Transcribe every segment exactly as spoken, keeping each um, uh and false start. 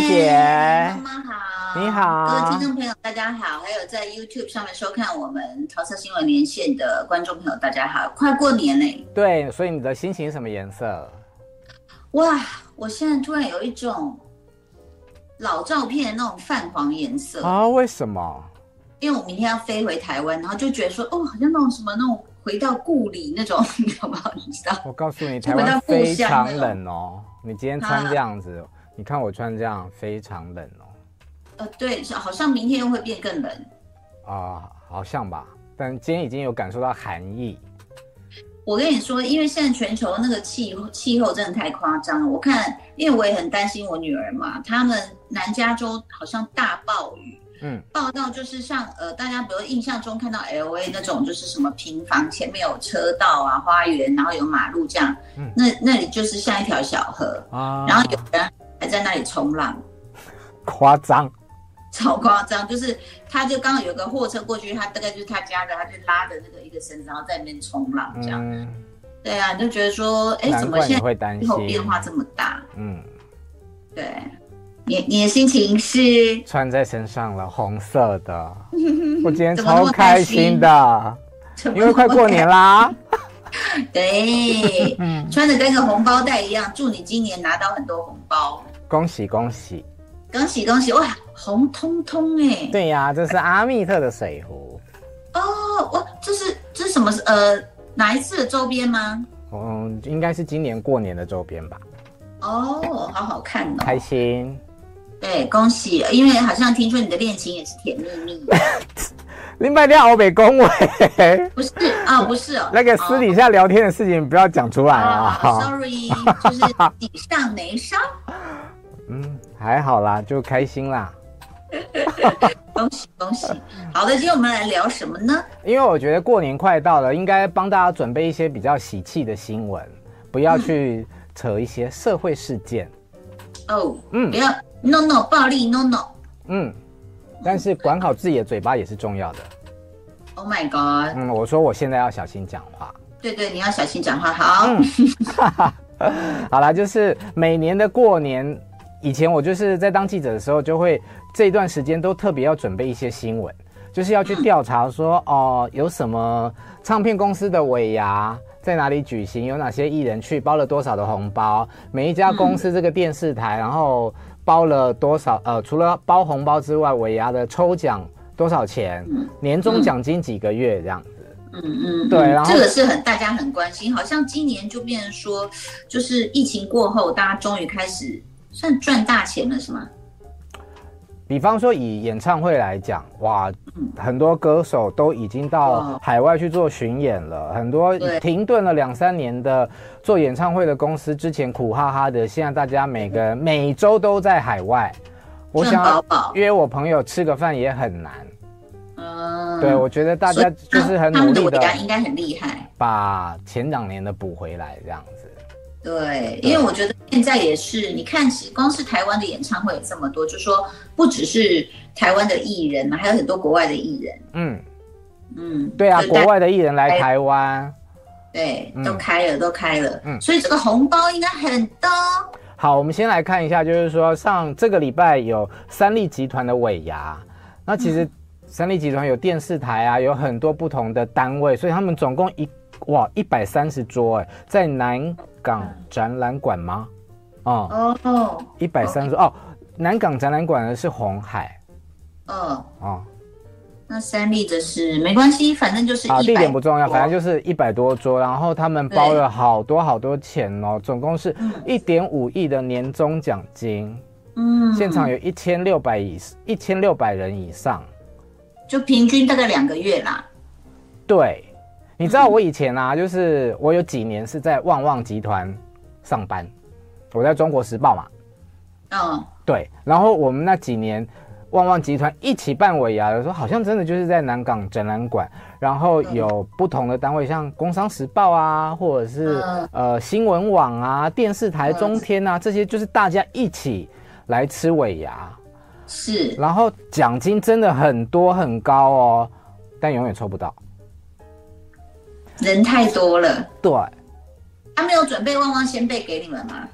姐， 妈妈好， 你好， 各位听众朋友大家好，还有在 YouTube 上面收看我们桃色新闻连线的观众朋友大家好，快过年嘞！ 对，所以你的心情什么颜色？ 哇，我现在突然有一种老照片的那种泛黄颜色啊？为什么？ 因为我明天要飞回台湾，然后就觉得说，哦，好像那种什么那种回到故里那种，你好不好？你知道？ 我告诉你，台湾非常冷哦。你今天穿这样子，你看我穿这样非常冷哦。 呃，对，好像明天又会变更冷啊、呃，好像吧，但今天已经有感受到寒意。 我跟你说，因为现在全球那个气气候真的太夸张了。我看，因为我也很担心我女儿嘛，他们南加州好像大暴雨，嗯，暴到就是像呃，大家比如印象中看到 L A 那种，就是什么平房前面有车道啊、花园，然后有马路这样，嗯、那那里就是像一条小河啊，然后有人还在那里冲浪， 夸张。 超夸张，就是他就刚好有个货车过去，他大概就是他家的，他就拉着那个一个绳子，然后在那边冲浪这样。嗯、对啊，你就觉得说，哎，怎么现在气候变化这么大？嗯，对，你你的心情是穿在身上了，红色的。我今天超开心的，因为快过年啦。 对，嗯、穿的跟个红包袋一样，祝你今年拿到很多红包， 恭喜恭喜。 恭喜恭喜！哇，红彤彤哎！ 对呀、啊，这是阿密特的水壶。 哦，哇，这是这是什么？呃，哪一次的周边吗？ 嗯，应该是今年过年的周边吧。 哦，好好看哦！ 开心。 对，恭喜！因为好像听说你的恋情也是甜蜜蜜。 你买掉欧北恭维？ 不是啊、哦，不是哦。 那个私底下聊天的事情不要讲出来啊、 哦。Sorry， 就是底上没伤。 嗯，还好啦，就开心啦。 恭喜恭喜！好的，今天我们来聊什么呢？ 因为我觉得过年快到了，应该帮大家准备一些比较喜气的新闻，不要去扯一些社会事件。 哦，嗯，不要 no no 暴力 no no。嗯， 但是管好自己的嘴巴也是重要的。 Oh my god！ 嗯，我说我现在要小心讲话。 对对，你要小心讲话。好。 嗯、好啦，就是每年的过年。以前我就是在当记者的时候，就会这一段时间都特别要准备一些新闻，就是要去调查说，哦、呃，有什么唱片公司的尾牙在哪里举行，有哪些艺人去，包了多少的红包，每一家公司这个电视台，然后包了多少，呃，除了包红包之外，尾牙的抽奖多少钱，年终奖金几个月这样子。 嗯嗯，对，然后这个是很大家很关心，好像今年就变成说，就是疫情过后，大家终于开始。算赚大钱了是吗？ 比方说以演唱会来讲，哇、嗯，很多歌手都已经到海外去做巡演了，很多停顿了两三年的做演唱会的公司，之前苦哈哈的，现在大家每个每周都在海外。我想约我朋友吃个饭也很难。嗯，对，我觉得大家就是很努力的， 应该很厉害， 把前两年的补回来这样子。 对，因为我觉得现在也是，你看，光是台湾的演唱会有这么多，就说不只是台湾的艺人嘛，还有很多国外的艺人。嗯嗯，对啊，国外的艺人来台湾， 对，都开了，嗯、都开了。嗯，所以这个红包应该很多。 好，我们先来看一下，就是说上这个礼拜有三立集团的尾牙，那其实三立集团有电视台啊，有很多不同的单位，所以他们总共一哇一百三十桌哎，在南港展览馆吗？哦哦，一百三十哦，南港展览馆的是红海。 哦哦，那三立的是没关系，反正就是一百啊，地点不重要，反正就是一百多桌，然后他们包了好多好多钱哦，总共是一点五亿的年终奖金。嗯，现场有一千六百以一千六百人以上， 就平均大概两个月啦。 对。你知道我以前啊，就是我有几年是在旺旺集团上班，我在中国时报嘛，嗯，对，然后我们那几年旺旺集团一起办尾牙的时候，好像真的就是在南港展览馆，然后有不同的单位，像工商时报啊，或者是、嗯、呃新闻网啊、电视台中天啊，这些就是大家一起来吃尾牙， 是， 然后奖金真的很多很高哦，但永远抽不到。 人太多了， 对， 他没有准备旺旺仙贝给你们吗？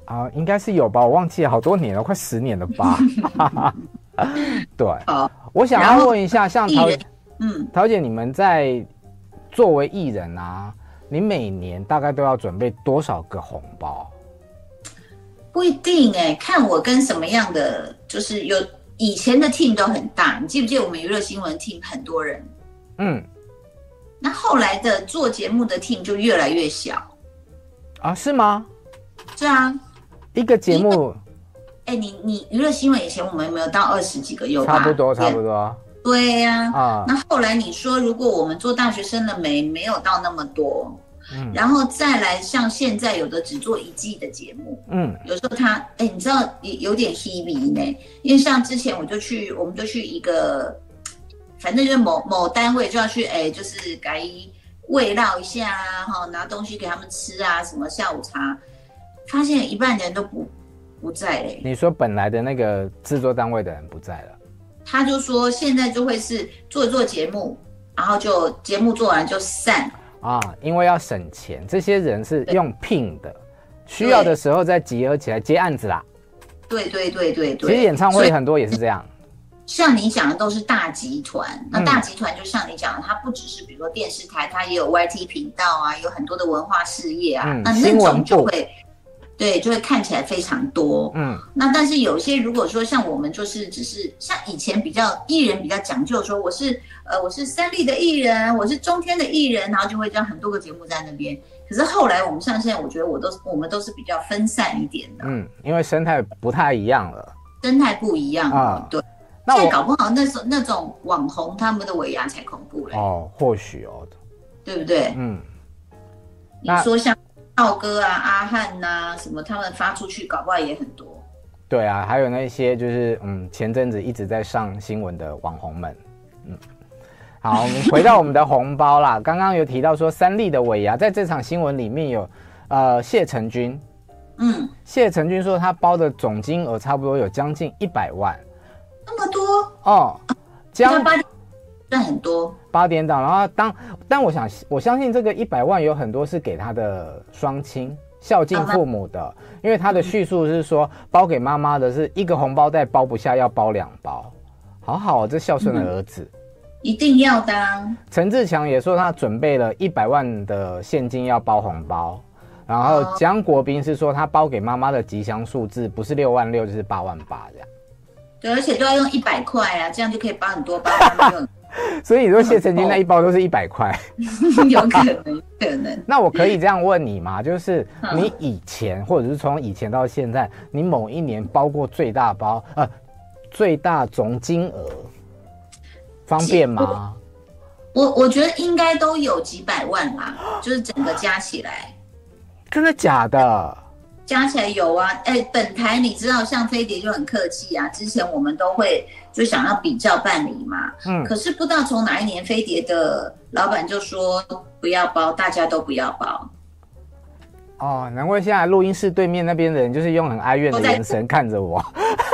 啊，应该是有吧，我忘记了，好多年了，快十年了吧。对，好，我想要问一下，像陶，嗯，陶姐，你们在作为艺人啊，你每年大概都要准备多少个红包？ 不一定哎、欸，看我跟什么样的，就是有以前的 team 都很大，你记不记得我们娱乐新闻 team 很多人？嗯，那后来的做节目的 team 就越来越小。 啊，是吗？ 是啊。 一个节目， 哎、欸，你你娱乐新闻以前我们有没有到二十几个有吧？ 差不多，差不多。 对呀、啊，啊，那后来你说，如果我们做大学生的没没有到那么多，嗯，然后再来像现在有的只做一季的节目，嗯，有时候他，哎、欸，你知道有有点 heavy 呢，因为像之前我就去，我们就去一个，反正就是某某单位就要去，哎、欸，就是改慰劳一下啊，哈，拿东西给他们吃啊，什么下午茶。发现一半的人都不不在嘞。 你说本来的那个制作单位的人不在了， 他就说现在就会是做一做节目，然后就节目做完就散啊，因为要省钱，这些人是用聘的，需要的时候再集合起来接案子啦。 对对对对对， 其实演唱会很多也是这样。 像你讲的都是大集团，那大集团就像你讲的，它不只是比如说电视台，它也有 Y T 频道啊，有很多的文化事业啊，嗯、那那种就会。对，就会看起来非常多，嗯，那但是有些如果说像我们就是只是像以前比较艺人比较讲究说我是呃我是三立的艺人，我是中天的艺人，然后就会这样很多个节目在那边。可是后来我们像现在，我觉得我都我们都是比较分散一点的， 嗯，因为生态不太一样了， 生态不一样了，嗯、对。那现在搞不好那种那种网红他们的尾牙才恐怖嘞， 哦，或许哦， 对不对？嗯，你说像。浩哥啊，阿汉呐、啊，什么他们发出去，搞不好也很多。 对啊，还有那些就是嗯，前阵子一直在上新闻的网红们，嗯，好，我们回到我们的红包啦。刚刚有提到说三立的尾牙，在这场新闻里面有呃谢成军，嗯，谢成军说他包的总金额差不多有将近一百万， 那么多哦，将。 赚很多八点档，然后当但我想我相信这个一百万有很多是给他的双亲孝敬父母的，因为他的叙述是说包给妈妈的是一个红包袋包不下，要包两包，好好、哦，这孝顺的儿子、嗯、 一定要的。 陈志强也说他准备了一百万的现金要包红包，然后江国斌是说他包给妈妈的吉祥数字不是六万六就是八万八这样。 对，而且都要用一百块啊，这样就可以包很多包。 所以你说谢成军那一包都是一百块， 有可能，可能。 那我可以这样问你吗？就是你以前，或者是从以前到现在，你某一年包过最大包，呃，最大总金额，方便吗？ 我我觉得应该都有几百万啦，就是整个加起来。 真的假的？ 加起来有啊，哎、欸，本台你知道，像飞碟就很客气啊，之前我们都会就想要比照办理嘛，嗯，可是不知道从哪一年，飞碟的老板就说不要包，大家都不要包。 哦，难怪现在录音室对面那边的人就是用很哀怨的眼神看着我。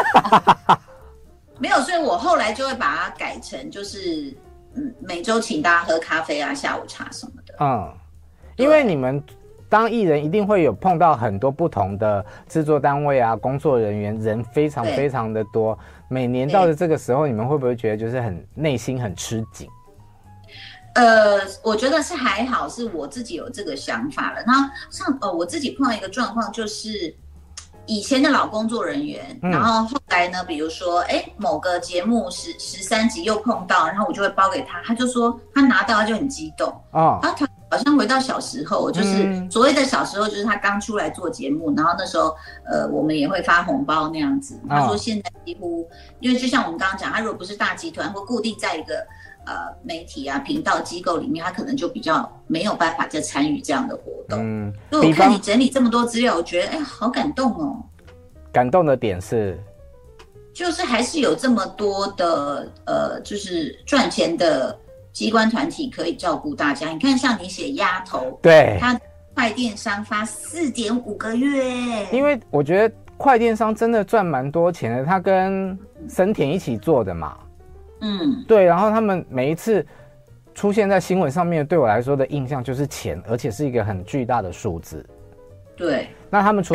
没有，所以我后来就会把它改成就是嗯，每周请大家喝咖啡啊，下午茶什么的。 嗯，因为你们。当艺人一定会有碰到很多不同的制作单位啊，工作人员，人非常非常的多。每年到了这个时候，你们会不会觉得就是很内心很吃紧？ 呃，我觉得是还好，是我自己有这个想法了。然后像呃，我自己碰到一个状况，就是以前的老工作人员，嗯、然后后来呢，比如说哎某个节目十十三集又碰到，然后我就会包给他，他就说他拿到他就很激动啊，然后他。好像回到小时候，就是所谓的小时候，就是他刚出来做节目，然后那时候，呃，我们也会发红包那样子。他说现在几乎，因为就像我们刚刚讲，他如果不是大集团或固定在一个呃媒体啊频道机构里面，他可能就比较没有办法再参与这样的活动。嗯，所以我看你整理这么多资料，我觉得哎，好感动哦。 感动的点是， 就是还是有这么多的呃，就是赚钱的。机关团体可以照顾大家，你看，像你写丫头， 对， 他快电商发四点五个月， 因为我觉得快电商真的赚蛮多钱的，他跟森田一起做的嘛，嗯，对，然后他们每一次出现在新闻上面，对我来说的印象就是钱，而且是一个很巨大的数字， 对。 那他们除了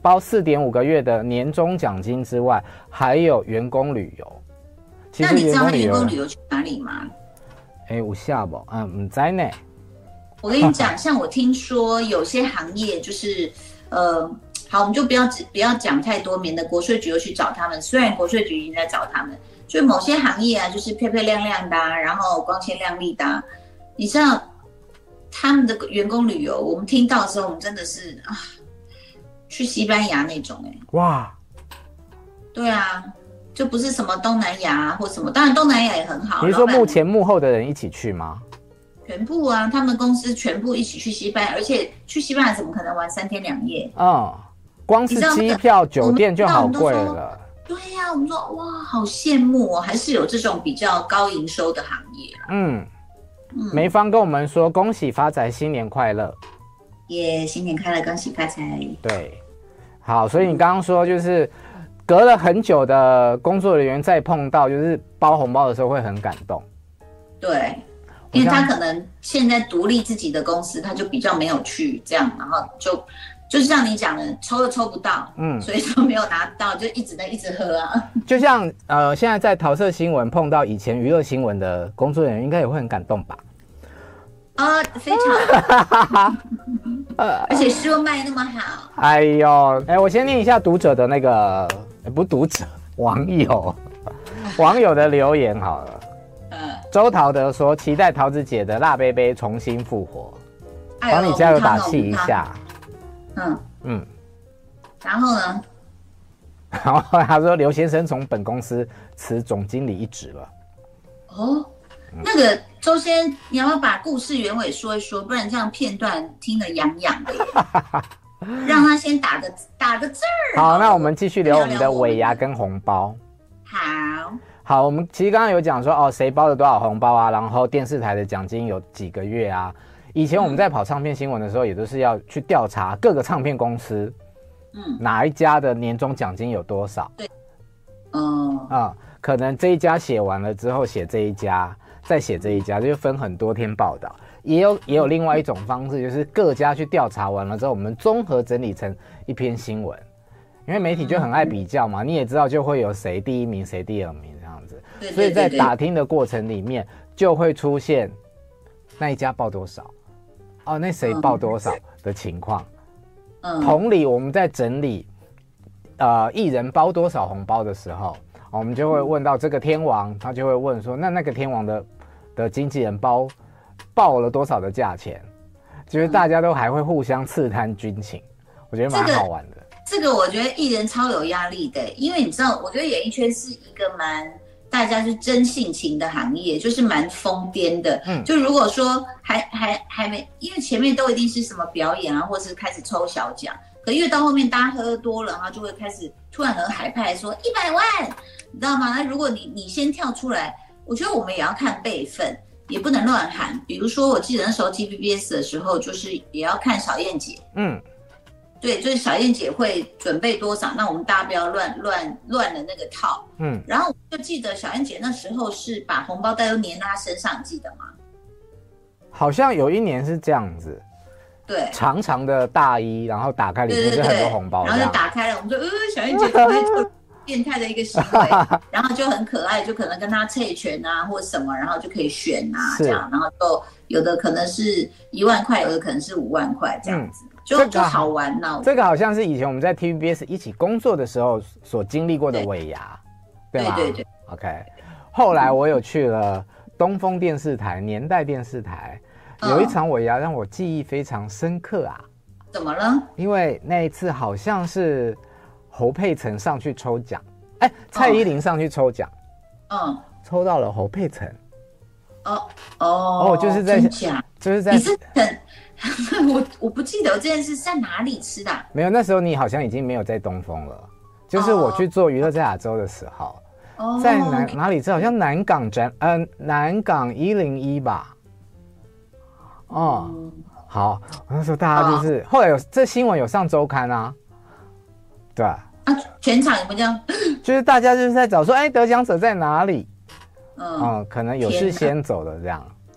包四点五个月的年终奖金之外，还有员工旅游。 其实那你知道他员工旅游去哪里吗？ 哎，有下不？嗯，唔知呢。 我跟你讲，像我听说有些行业就是，呃，好，我们就不要不要讲太多，免得国税局又去找他们。虽然国税局已经在找他们，就某些行业啊，就是漂漂亮亮的、啊，然后光鲜亮丽的、啊，你知道他们的员工旅游，我们听到的时候，我们真的是啊，去西班牙那种、欸，哎， 哇， 对啊。就不是什么东南亚、啊、或什么，当然东南亚也很好。 你是说幕前幕后的人一起去吗？ 全部啊，他们公司全部一起去西班牙，而且去西班牙怎么可能玩三天两夜？ 嗯，光是机票、酒店就好贵了。 对呀、啊，我们说哇，好羡慕哦，还是有这种比较高营收的行业啦。 嗯，嗯梅芳跟我们说，恭喜发财，新年快乐。 耶、yeah, 新年快乐，恭喜发财。 对，好，所以你刚刚说就是。隔了很久的工作人员再碰到，就是包红包的时候会很感动。 对，因为他可能现在独立自己的公司，他就比较没有去这样，然后就就是像你讲的，抽都抽不到，嗯，所以都没有拿到，就一直在一直喝啊。 就像呃，现在在桃色新闻碰到以前娱乐新闻的工作人员，应该也会很感动吧？ 啊、呃，非常，而且书卖那么好。 哎呦，哎，我先念一下读者的那个。不读者，网友，网友的留言好了。嗯，周陶德说期待桃子姐的辣杯杯重新复活，帮你加油打气一下。 嗯嗯，然后呢？ 然后他说刘先生从本公司辞总经理一职了。 哦，那个周先，你要不要把故事原委说一说？不然这样片段听得痒痒的耶。让他先打个打个字儿。 好，那我们继续聊我们的尾牙跟红包。 好， 好，我们其实刚刚有讲说哦，谁包了多少红包啊，然后电视台的奖金有几个月啊。以前我们在跑唱片新闻的时候，也都是要去调查各个唱片公司，嗯，哪一家的年终奖金有多少。对，嗯啊，可能这一家写完了之后，写这一家，再写这一家，就分很多天报道。也有也有另外一种方式，就是各家去调查完了之后，我们综合整理成一篇新闻。因为媒体就很爱比较嘛，你也知道就会有谁第一名谁第二名这样子，对对对对，所以在打听的过程里面就会出现那一家报多少，哦，那谁报多少的情况。嗯，同理我们在整理呃艺人包多少红包的时候，我们就会问到这个天王，他就会问说，那那个天王的的经纪人包报了多少的价钱，就是大家都还会互相刺探军情，我觉得蛮好玩的。 这个我觉得艺人超有压力的，因为你知道，我觉得演艺圈是一个蛮大家是真性情的行业，就是蛮疯癫的。嗯，就如果说还还还没，因为前面都一定是什么表演啊，或是开始抽小奖，可越到后面大家喝多了，然后就会开始突然很海派说一百万，你知道吗？那如果你你先跳出来，我觉得我们也要看辈分。也不能乱喊，比如说我记得那时候 T V B S 的时候，就是也要看小燕姐，嗯，对，就是小燕姐会准备多少，那我们大家不要乱乱乱了那个套，嗯，然后我就记得小燕姐那时候是把红包袋都粘在她身上，记得吗？ 好像有一年是这样子， 对， 长长的大衣，然后打开里面是很多红包， 然后就打开了，我们说，呃，小燕姐怎么会做变态的一个行为，然后就很可爱，就可能跟他猜拳啊，或什么，然后就可以选啊，这样，然后就有的可能是一万块，有的可能是五万块这样子，嗯、就、这个、就好玩闹。 这个好像是以前我们在 T V B S 一起工作的时候所经历过的尾牙，对吧？ 对对对。 OK， 后来我有去了东风电视台、年代电视台，有一场尾牙让我记忆非常深刻啊。 怎么了？ 因为那一次好像是侯佩岑上去抽奖，哎、欸，蔡依林上去抽奖，嗯，抽到了侯佩岑。 哦哦哦， 就是在就是在， 你是很我我不记得这件事在哪里吃的、啊。 没有，那时候你好像已经没有在东风了，就是我去做娱乐在亚洲的时候，哦、在哪哪里吃？好像南港展，呃，南港一零一吧。哦。嗯好，那时候大家就是、哦、后来有这新闻有上周刊啊，对吧？ 啊，全场有没有这样？ 就是大家就是在找说，哎、欸，得奖者在哪里？嗯, 嗯，可能有事先走的这样。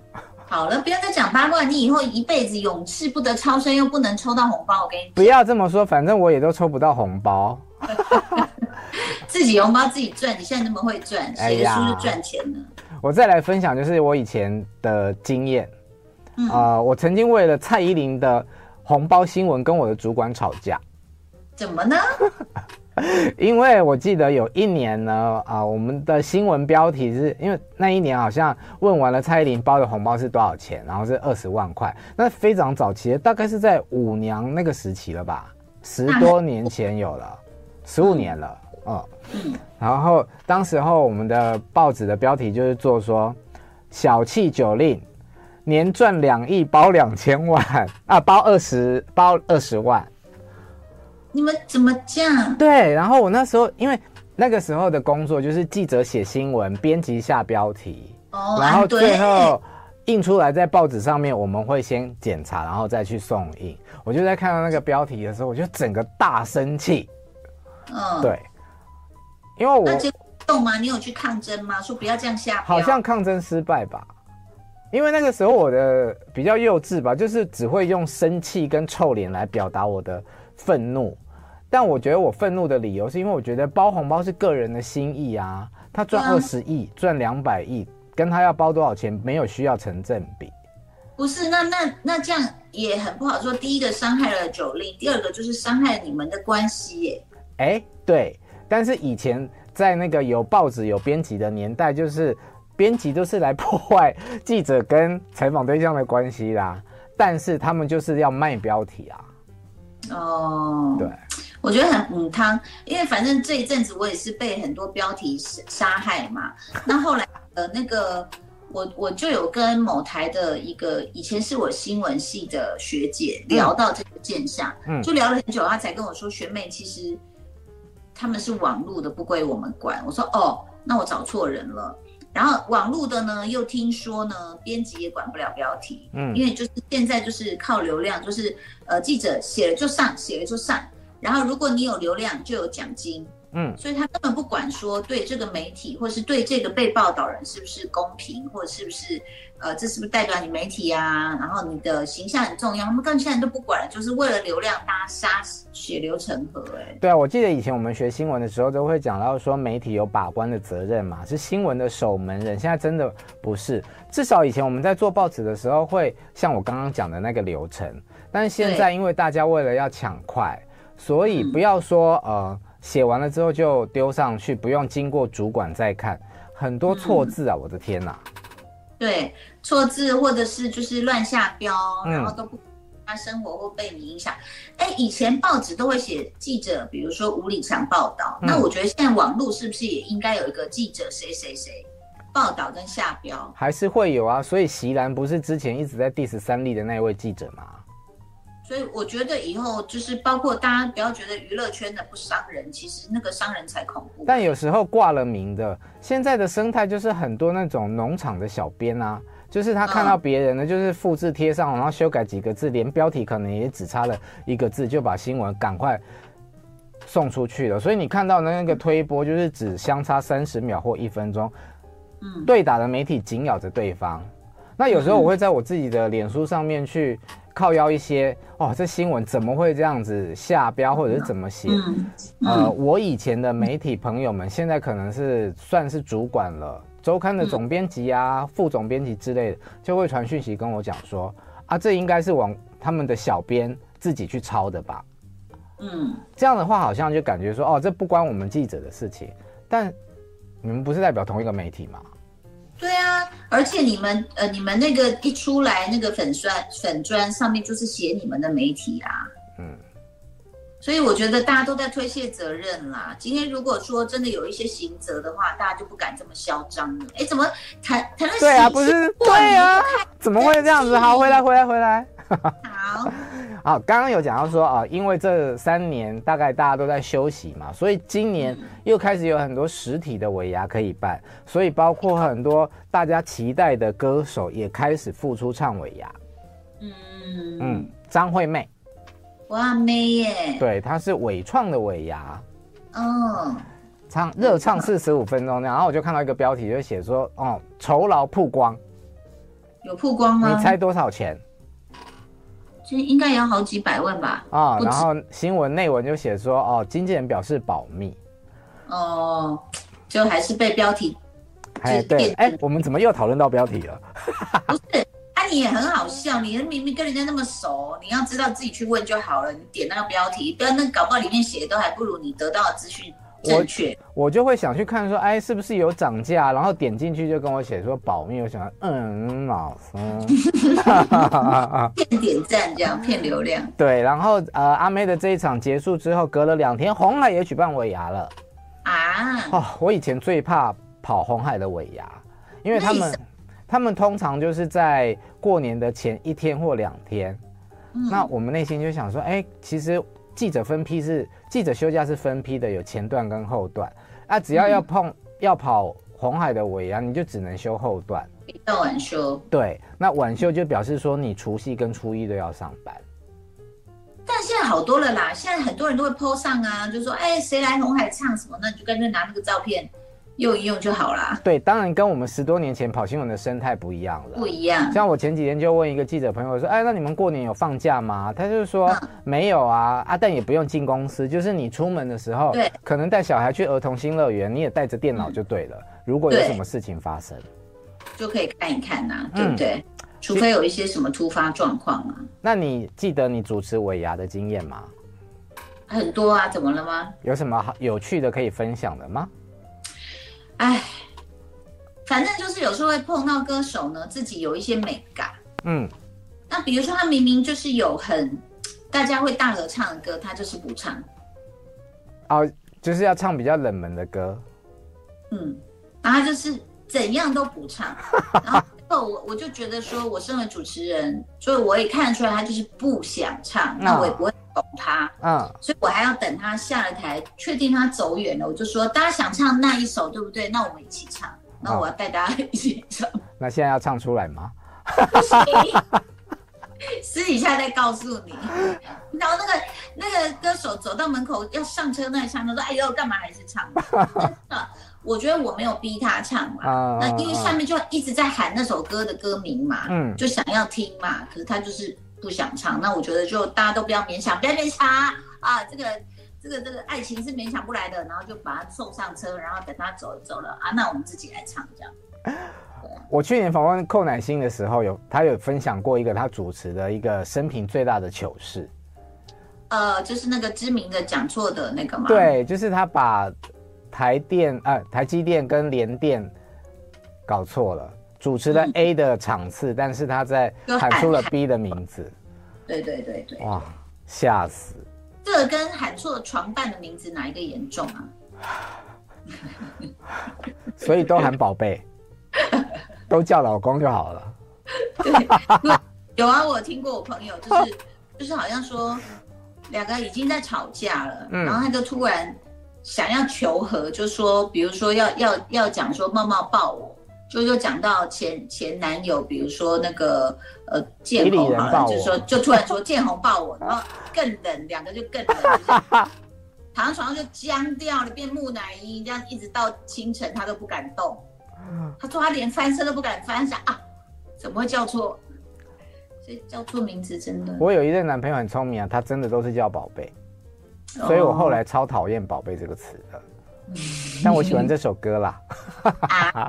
好了，不要再讲八卦，你以后一辈子永世不得超生，又不能抽到红包。我跟你讲， 不要这么说，反正我也都抽不到红包。 自己红包自己赚，你现在那么会赚，写个书就赚钱了。 我再来分享，就是我以前的经验。嗯、呃，我曾经为了蔡依林的红包新闻跟我的主管吵架。 怎么呢？ 因为我记得有一年呢，啊、呃，我们的新闻标题是因为那一年好像问完了蔡依林包的红包是多少钱，然后是二十万块，那非常早期，大概是在舞娘那个时期了吧，十多年前有了，十五年了，哦、嗯，然后当时候我们的报纸的标题就是做说小气九令年赚两亿包两千万啊，包二十包二十万。 你们怎么这样？ 对，然后我那时候因为那个时候的工作就是记者写新闻，编辑下标题，哦、然后最后印出来在报纸上面，我们会先检查，然后再去送印。我就在看到那个标题的时候，我就整个大生气。嗯，对，因为我那结果动吗？你有去抗争吗？说不要这样下标。 好像抗争失败吧。因为那个时候我的比较幼稚吧，就是只会用生气跟臭脸来表达我的愤怒。但我觉得我愤怒的理由是因为我觉得包红包是个人的心意啊，他赚二十亿，赚两百亿，跟他要包多少钱没有需要成正比。 不是，那那那这样也很不好说。第一个伤害了九令，第二个就是伤害你们的关系耶。 哎，对，但是以前在那个有报纸有编辑的年代，就是编辑都是来破坏记者跟采访对象的关系啦，但是他们就是要卖标题啊。 哦， 对。 我觉得很母汤，因为反正这一阵子我也是被很多标题杀害嘛。那后来呃，那个我我就有跟某台的一个以前是我新闻系的学姐聊到这个现象，嗯、就聊了很久，她才跟我说，学妹其实他们是网路的，不归我们管。我说哦，那我找错人了。然后网路的呢，又听说呢，编辑也管不了标题，嗯，因为就是现在就是靠流量，就是呃记者写了就上，写了就上。然后，如果你有流量，就有奖金，嗯，所以他根本不管说对这个媒体，或是对这个被报道人是不是公平，或者是不是呃，这是不是代表你媒体啊？然后你的形象很重要，他们更现在都不管了，就是为了流量，大家杀血流成河、欸。哎， 对啊，我记得以前我们学新闻的时候都会讲到说，媒体有把关的责任嘛，是新闻的守门人。现在真的不是，至少以前我们在做报纸的时候，会像我刚刚讲的那个流程，但是现在因为大家为了要抢快。所以不要说呃写完了之后就丢上去，不用经过主管再看，很多错字啊，嗯、我的天哪！ 对，错字或者是就是乱下标，嗯、然后都不他生活或被你影响。哎，以前报纸都会写记者，比如说无理强报道，嗯、那我觉得现在网络是不是也应该有一个记者谁谁谁报道跟下标？ 还是会有啊，所以席兰不是之前一直在 diss 三立的那位记者吗？ 所以我觉得以后就是包括大家不要觉得娱乐圈的不伤人，其实那个伤人才恐怖。 但有时候挂了名的，现在的生态就是很多那种农场的小编啊，就是他看到别人呢，就是复制贴上，然后修改几个字，连标题可能也只差了一个字，就把新闻赶快送出去了。所以你看到的那个推播，就是只相差三十秒或一分钟，嗯，对打的媒体紧咬着对方。那有时候我会在我自己的脸书上面去靠腰一些哦，这新闻怎么会这样子下标，或者是怎么写？嗯嗯、呃，我以前的媒体朋友们，现在可能是算是主管了，周刊的总编辑啊、嗯、副总编辑之类的，就会传讯息跟我讲说啊，这应该是往他们的小编自己去抄的吧？嗯，这样的话好像就感觉说哦，这不关我们记者的事情，但你们不是代表同一个媒体吗？ 对啊，而且你们呃，你们那个一出来，那个粉专粉专上面就是写你们的媒体啊，嗯，所以我觉得大家都在推卸责任啦。今天如果说真的有一些刑责的话，大家就不敢这么嚣张了。哎，怎么谈谈了？ 对啊，不是对啊，怎么会这样子？好，回来，回来，回来。 好。 好，刚刚有讲到说啊，因为这三年大概大家都在休息嘛，所以今年又开始有很多实体的尾牙可以办，所以包括很多大家期待的歌手也开始复出唱尾牙。嗯嗯，张惠妹， 哇妹耶， 对，她是尾创的尾牙， 哦， 唱热唱四十五分钟，然后我就看到一个标题就写说，哦，酬劳曝光有曝光吗？ 你猜多少钱？ 这应该也要好几百万吧？ 啊、哦，然后新闻内文就写说，哦，经纪人表示保密。 哦，就还是被标题。 哎，对，哎，我们怎么又讨论到标题了？ 不是，啊，你也很好笑，你明明跟人家那么熟，你要知道自己去问就好了。你点那个标题，不然那搞不好里面写的都还不如你得到的资讯正确。 我就会想去看说，哎，是不是有涨价？然后点进去就跟我写说保密，我想，嗯，老师， 骗点赞这样骗流量。 对，然后呃，阿妹的这一场结束之后，隔了两天，红海也举办尾牙了。 啊， 哦，我以前最怕跑红海的尾牙，因为他们他们通常就是在过年的前一天或两天。嗯、那我们内心就想说，哎，其实记者分批是记者休假是分批的，有前段跟后段。啊，只要要碰、嗯、要跑红海的尾牙，你就只能休后段， 要晚休。 对，那晚休就表示说你除夕跟初一都要上班。 但现在好多了啦，现在很多人都会 po 上啊，就说哎谁来红海唱什么，那你就干脆拿那个照片用一用就好啦。 对，当然跟我们十多年前跑新闻的生态不一样了。 不一样。 像我前几天就问一个记者朋友说，哎，那你们过年有放假吗？他就说、嗯、没有啊，啊，但也不用进公司，就是你出门的时候，对，可能带小孩去儿童新乐园，你也带着电脑就对了。嗯、如果有什么事情发生， 就可以看一看呐、啊，对不对？嗯，除非有一些什么突发状况啊。 那你记得你主持尾牙的经验吗？ 很多啊，怎么了吗？ 有什么有趣的可以分享的吗？ 哎，反正就是有时候会碰到歌手呢，自己有一些美感。嗯，那比如说他明明就是有很大家会大合唱的歌，他就是不唱。 哦，就是要唱比较冷门的歌。 嗯，然后他就是怎样都不唱，然后。我我就觉得说，我身为主持人，所以我也看得出来他就是不想唱，那我也不会懂他，嗯，所以我还要等他下了台，确定他走远了，我就说大家想唱那一首，对不对？那我们一起唱，那我要带大家一起唱。那现在要唱出来吗？ 不行，私底下再告诉你。然后那个那个歌手走到门口要上车那一唱，他说：“哎呦，干嘛还是唱？”我觉得我没有逼他唱嘛，啊、那因为下面就一直在喊那首歌的歌名嘛，嗯，就想要听嘛，可是他就是不想唱。那我觉得就大家都不要勉强，不要勉强啊，这个这个这个爱情是勉强不来的，然后就把他送上车，然后等他走走了啊，那我们自己来唱这样。 我去年访问寇乃馨的时候，有他有分享过一个他主持的一个生平最大的糗事， 呃，就是那个知名的讲错的那个嘛， 对，就是他把。台电啊、呃，台积电跟联电搞错了，主持了 A 的场次，嗯、但是他在喊出了 B 的名字。 对对对对。 哇，吓死！ 这个跟喊错床伴的名字哪一个严重啊？ 所以都喊宝贝，都叫老公就好了。 对，有啊，我听过我朋友就是就是好像说两个已经在吵架了，嗯、然后他就突然。想要求和，就说，比如说要要要讲说茂茂抱我，就就讲到前前男友，比如说那个呃建宏好了，就说就突然说建宏抱我，然后更冷，两个就更冷，躺在床上就僵掉了，变木乃伊，这样一直到清晨他都不敢动。他说他连翻身都不敢翻，想啊怎么会叫错？所以叫错名字真的。 我有一任男朋友很聪明啊，他真的都是叫宝贝。所以我后来超讨厌宝贝这个词的，但我喜欢这首歌啦。 啊，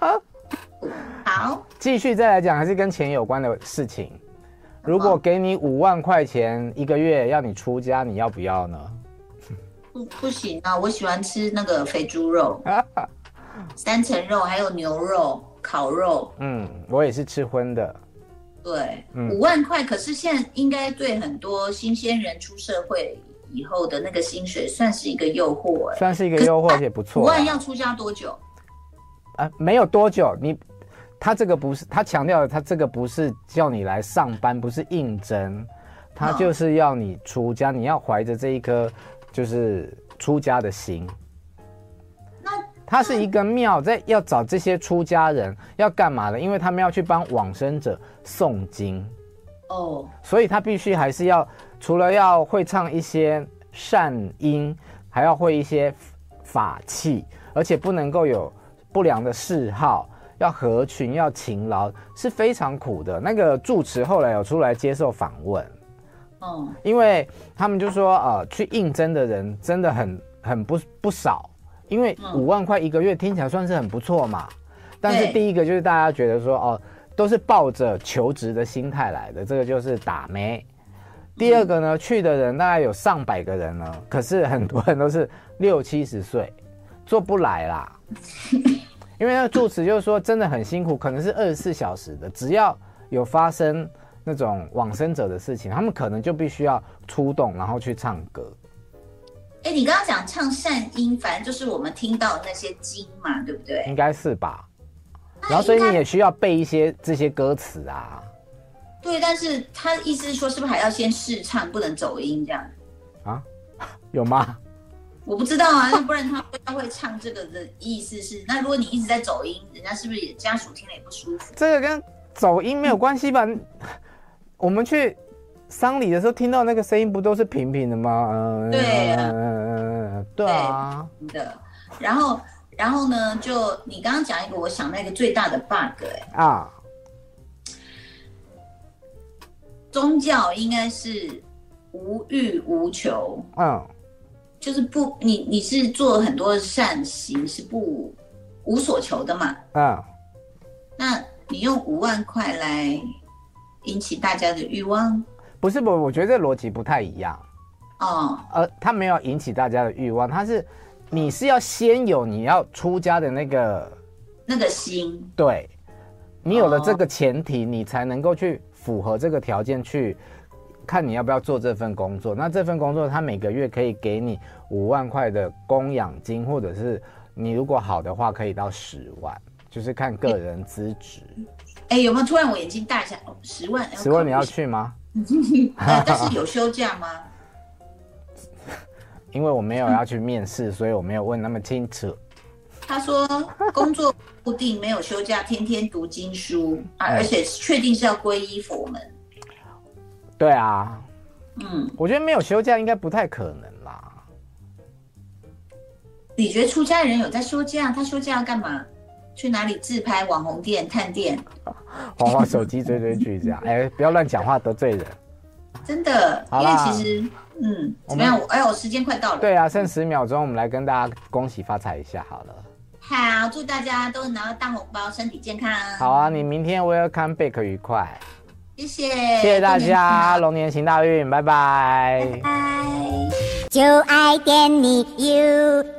好， 继续再来讲，还是跟钱有关的事情。如果给你五万块钱一个月，要你出家，你要不要呢？ 不，不行啊！我喜欢吃那个肥猪肉、三层肉，还有牛肉、烤肉。 嗯，我也是吃荤的。 对，嗯、五万块，可是现在应该对很多新鲜人出社会。以后的那个薪水算是一个诱惑、欸， 算是一个诱惑，而且不错、啊。 五万要出家多久？ 啊，没有多久。你，他这个不是，他强调的，他这个不是叫你来上班，不是应征，他就是要你出家，你要怀着这一颗就是出家的心。那他是一个庙，在要找这些出家人要干嘛呢？因为他们要去帮往生者诵经。哦，所以他必须还是要除了要会唱一些善音，还要会一些法器，而且不能够有不良的嗜好， 要合群，要勤劳，是非常苦的。那个住持后来有出来接受访问，哦，因为他们就说，呃，去应征的人真的很很不不少，因为五万块一个月听起来算是很不错嘛。但是第一个就是大家觉得说，哦，都是抱着求职的心态来的，这个就是打妹。第二个呢，去的人大概有上百个人呢，可是很多人都是六七十岁，做不来啦。因为那个住持就是说真的很辛苦，可能是二十四小时的，只要有发生那种往生者的事情，他们可能就必须要出动，然后去唱歌。 哎、欸，你刚刚讲唱善音，反正就是我们听到的那些经嘛，对不对？ 应该是吧。然后所以你也需要背一些这些歌词啊。 对，但是他的意思是说，是不是还要先试唱，不能走音这样？ 啊？有吗？ 我不知道啊，那不然他他会唱这个的意思是，那如果你一直在走音，人家是不是也家属听了也不舒服？ 这个跟走音没有关系吧？嗯、我们去丧礼的时候听到那个声音，不都是平平的吗？嗯、 对啊， 嗯，对啊， 对的。然后，然后呢，就你刚刚讲一个，我想到一个最大的 bug 哎、欸、啊。宗教应该是无欲无求，嗯，就是不，你你是做很多善行，是不无所求的嘛，嗯，那你用五万块来引起大家的欲望， 不是不，我觉得这逻辑不太一样，哦，呃，他没有引起大家的欲望，他是你是要先有你要出家的那个那个心， 对，你有了这个前提，你才能够去。符合这个条件去看你要不要做这份工作，那这份工作他每个月可以给你五万块的供养金，或者是你如果好的话可以到十万，就是看个人资质。 哎、欸，有没有突然我眼睛大一下？哦，十万， 十万你要去吗？ 呃、但是有休假吗？ 因为我没有要去面试，所以我没有问那么清楚。 他说工作固定，没有休假，天天读经书啊，而且确定是要皈依佛门。 对啊，嗯，我觉得没有休假应该不太可能啦。 你觉得出家人有在休假？他休假要干嘛？去哪里自拍、网红店、探店， 滑滑手机、追追剧这样？哎、欸，不要乱讲话，得罪人。 真的，因为其实，嗯，怎么样？哎，我时间快到了。 对啊，剩十秒钟，我们来跟大家恭喜发财一下好了。 好，祝大家都拿到大红包，身体健康。 好啊，你明天 welcome back 愉快。 谢谢， 谢谢大家，龙年行大运，拜拜。 拜拜。 就爱点你 U。